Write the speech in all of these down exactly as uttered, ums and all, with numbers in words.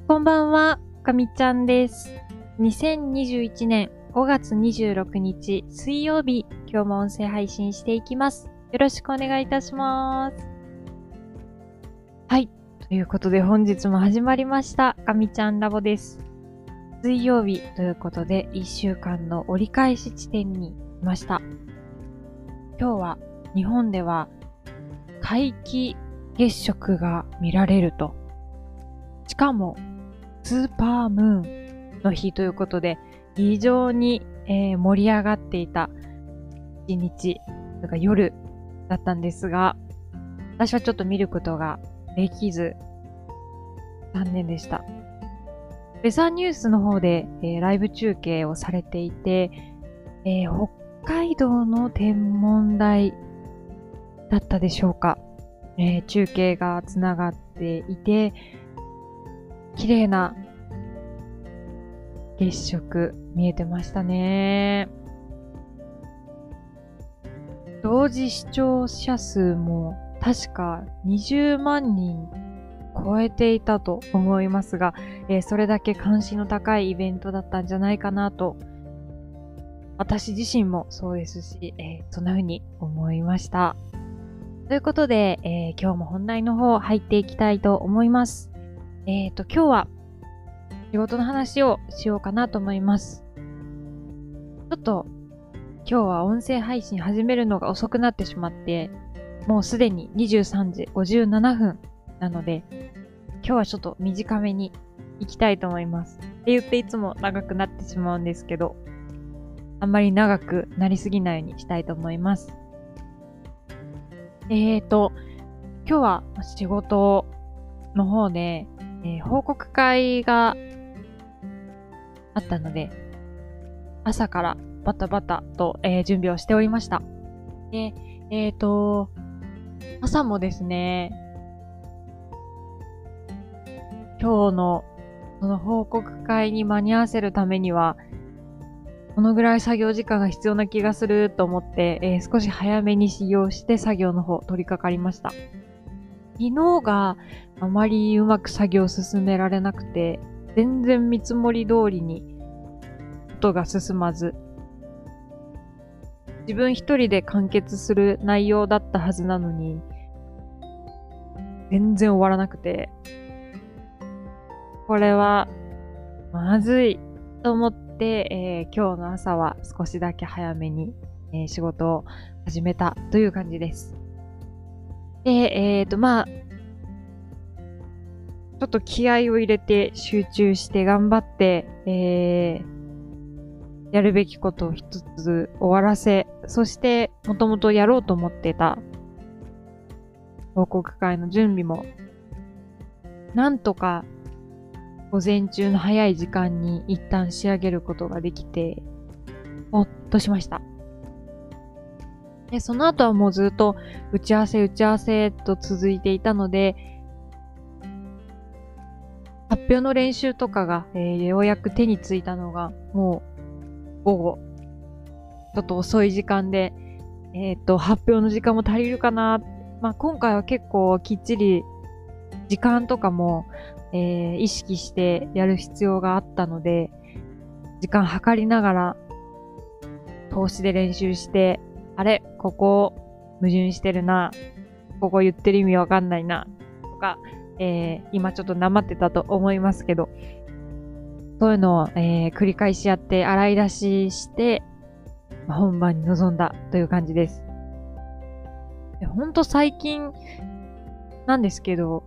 こんばんは、かみちゃんです。にせんにじゅういちねんごがつにじゅうろくにち水曜日、今日も音声配信していきます。よろしくお願いいたします。はい、ということで本日も始まりました、かみちゃんラボです。水曜日ということでいっしゅうかんの折り返し地点にいました。今日は日本では皆既月食が見られると。しかもスーパームーンの日ということで、非常に、えー、盛り上がっていた一日、とか夜だったんですが、私はちょっと見ることができず、残念でした。ウェザーニュースの方で、えー、ライブ中継をされていて、えー、北海道の天文台だったでしょうか。えー、中継がつながっていて、綺麗な月食見えてましたね。同時視聴者数も確かにじゅうまんにん超えていたと思いますが、えー、それだけ関心の高いイベントだったんじゃないかなと、私自身もそうですし、えー、そんな風に思いました。ということで、えー、今日も本題の方入っていきたいと思います。えっと、今日は仕事の話をしようかなと思います。ちょっと今日は音声配信始めるのが遅くなってしまって、もうすでににじゅうさんじごじゅうななふんなので、今日はちょっと短めに行きたいと思います。って言っていつも長くなってしまうんですけど、あんまり長くなりすぎないようにしたいと思います。えーと、今日は仕事の方で、えー、報告会があったので、朝からバタバタと、えー、準備をしておりました。で、えーと、朝もですね、今日のその報告会に間に合わせるためには、このぐらい作業時間が必要な気がすると思って、えー、少し早めに始業して作業の方取り掛かりました。昨日があまりうまく作業を進められなくて、全然見積もり通りにことが進まず、自分一人で完結する内容だったはずなのに、全然終わらなくて、これはまずいと思って、えー、今日の朝は少しだけ早めに、えー、仕事を始めたという感じです。で、えっと、まあ、ちょっと気合を入れて集中して頑張って、えー、やるべきことを一つ終わらせ、そしてもともとやろうと思ってた報告会の準備も、なんとか午前中の早い時間に一旦仕上げることができて、ほっとしました。で、その後はもうずっと打ち合わせ打ち合わせと続いていたので、発表の練習とかが、えー、ようやく手についたのがもう午後、ちょっと遅い時間で、えっと、発表の時間も足りるかな。まあ、今回は結構きっちり時間とかも、えー、意識してやる必要があったので、時間計りながら通しで練習して、あれここ矛盾してるな。ここ言ってる意味わかんないな。とか、えー、今ちょっとなまってたと思いますけど、そういうのを、えー、繰り返しやって洗い出しして、まあ、本番に臨んだという感じです。ほんと最近なんですけど、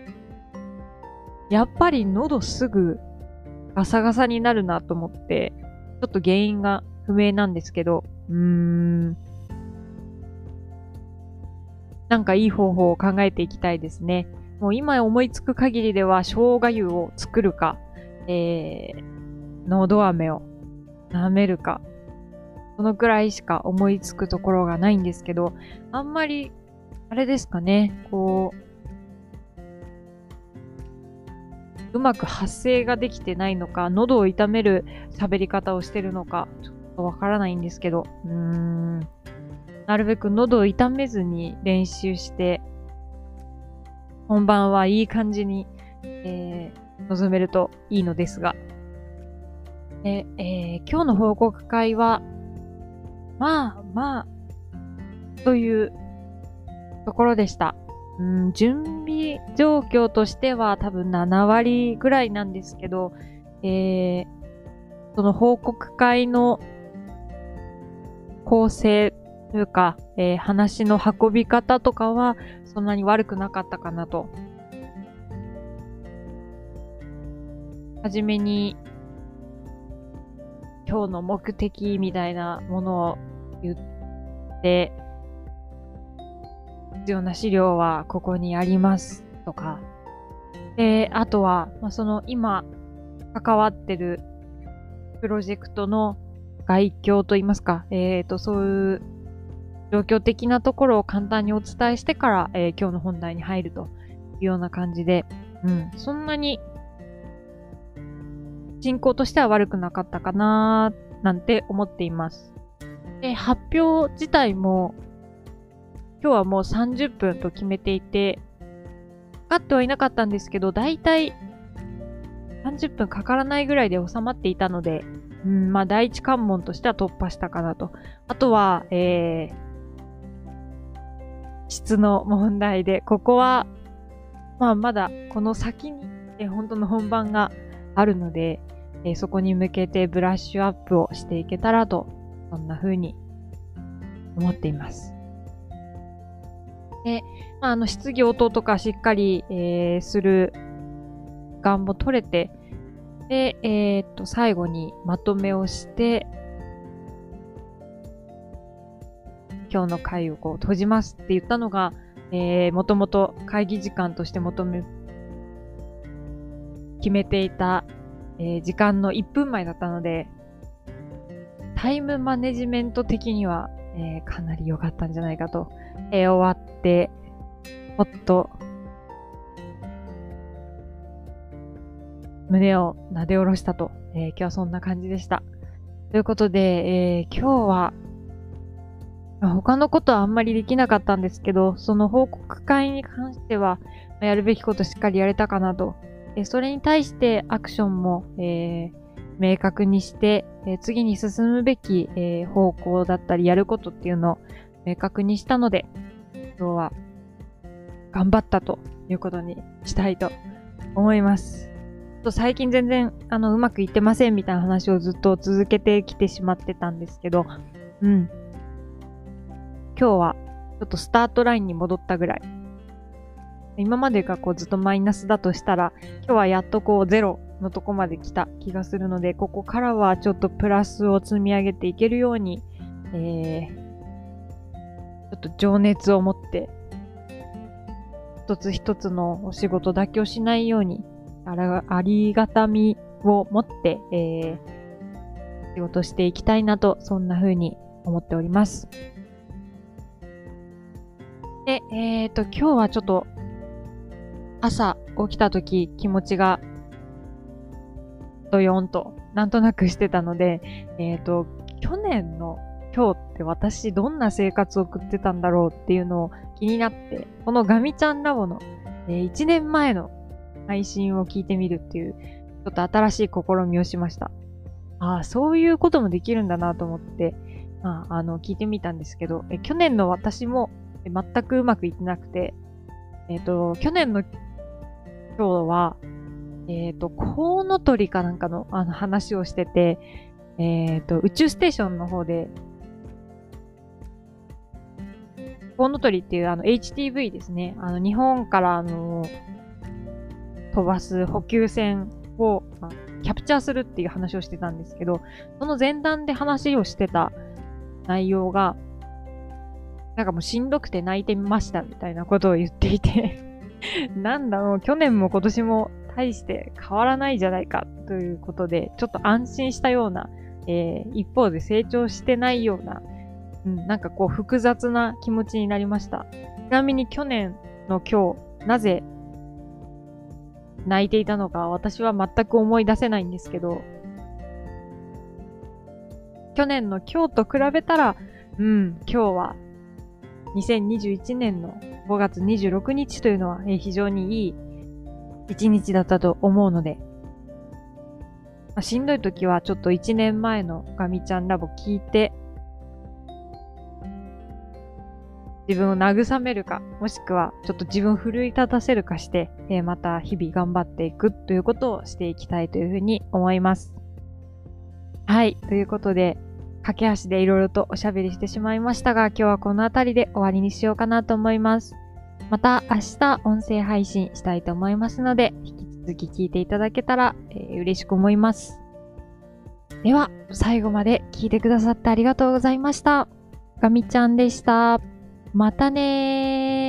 やっぱり喉すぐガサガサになるなと思って、ちょっと原因が不明なんですけど、うーん、なんかいい方法を考えていきたいですね。もう今思いつく限りでは生姜湯を作るか、えー、喉飴を舐めるか、そのくらいしか思いつくところがないんですけど、あんまり、あれですかね、こう、うまく発声ができてないのか、喉を痛める喋り方をしてるのか、ちょっとわからないんですけど、うーん、なるべく喉を痛めずに練習して、本番はいい感じに、え臨めるといいのですが。で、えー、今日の報告会は、まあまあ、というところでした。うん、準備状況としては多分ななわりぐらいなんですけど、えー、その報告会の構成というか、えー、話の運び方とかはそんなに悪くなかったかなと。はじめに今日の目的みたいなものを言って、必要な資料はここにありますとか。で、あとは、まあ、その今関わってるプロジェクトの概況といいますか、えっと、そういう状況的なところを簡単にお伝えしてから、えー、今日の本題に入るというような感じで、うん、そんなに進行としては悪くなかったかなーなんて思っています。で、発表自体も今日はもうさんじゅっぷんと決めていて、かかってはいなかったんですけど、だいたいさんじゅっぷんかからないぐらいで収まっていたので、うん、まあ第一関門としては突破したかなと。あとは、えー、質の問題で、ここは、まあまだこの先に、えー、本当の本番があるので、えー、そこに向けてブラッシュアップをしていけたらと、そんな風に思っています。で、まあ、あの質疑応答とかしっかり、えー、する時間も取れて、で、えー、っと、最後にまとめをして、今日の会をこう閉じますって言ったのが、えー、もともと会議時間として求め、決めていた、えー、時間のいっぷんまえだったので、タイムマネジメント的には、えー、かなり良かったんじゃないかと、えー、終わって、ほっと、胸を撫で下ろしたと、えー、今日はそんな感じでした。ということで、えー、今日は、他のことはあんまりできなかったんですけど、その報告会に関しては、やるべきことしっかりやれたかなと。えー、それに対してアクションも、えー、明確にして、えー、次に進むべき、えー、方向だったりやることっていうのを明確にしたので、今日は頑張ったということにしたいと思います。と最近全然あのうまくいってませんみたいな話をずっと続けてきてしまってたんですけど、うん。今日はちょっとスタートラインに戻ったぐらい。今までがこうずっとマイナスだとしたら、今日はやっとこうゼロのとこまで来た気がするので、ここからはちょっとプラスを積み上げていけるように、えー、ちょっと情熱を持って、一つ一つのお仕事妥協しないように、あら、ありがたみを持って、えー、仕事していきたいなと、そんな風に思っております。で、えっと、今日はちょっと、朝起きた時気持ちが、ドヨーンと、なんとなくしてたので、えっと、去年の今日って私どんな生活を送ってたんだろうっていうのを気になって、このガミちゃんラボの、えー、いちねんまえの配信を聞いてみるっていう、ちょっと新しい試みをしました。ああ、そういうこともできるんだなと思って、まあ、あの、聞いてみたんですけど、え去年の私も全くうまくいってなくて、えっと、去年の今日は、えっと、コウノトリかなんかのあの話をしてて、えっと、宇宙ステーションの方で、コウノトリっていうあの エイチティーブイ ですね。あの日本からあの飛ばす補給船を、まあ、キャプチャーするっていう話をしてたんですけど、その前段で話をしてた内容が、なんかもうしんどくて泣いてみましたみたいなことを言っていてなんだろう、去年も今年も大して変わらないじゃないかということで、ちょっと安心したような、えー、一方で成長してないような、うん、なんかこう複雑な気持ちになりました。ちなみに去年の今日、なぜ泣いていたのか私は全く思い出せないんですけど、去年の今日と比べたら、うん、今日はにせんにじゅういちねんのごがつにじゅうろくにちというのは、えー、非常にいい一日だったと思うので、まあ、しんどい時はちょっと一年前のガミちゃんラボ聞いて、自分を慰めるか、もしくはちょっと自分を奮い立たせるかして、えー、また日々頑張っていくということをしていきたいというふうに思います。はい。ということで、駆け足でいろいろとおしゃべりしてしまいましたが、今日はこのあたりで終わりにしようかなと思います。また明日音声配信したいと思いますので、引き続き聞いていただけたら、えー、嬉しく思います。では、最後まで聞いてくださってありがとうございました。ガミちゃんでした。またねー。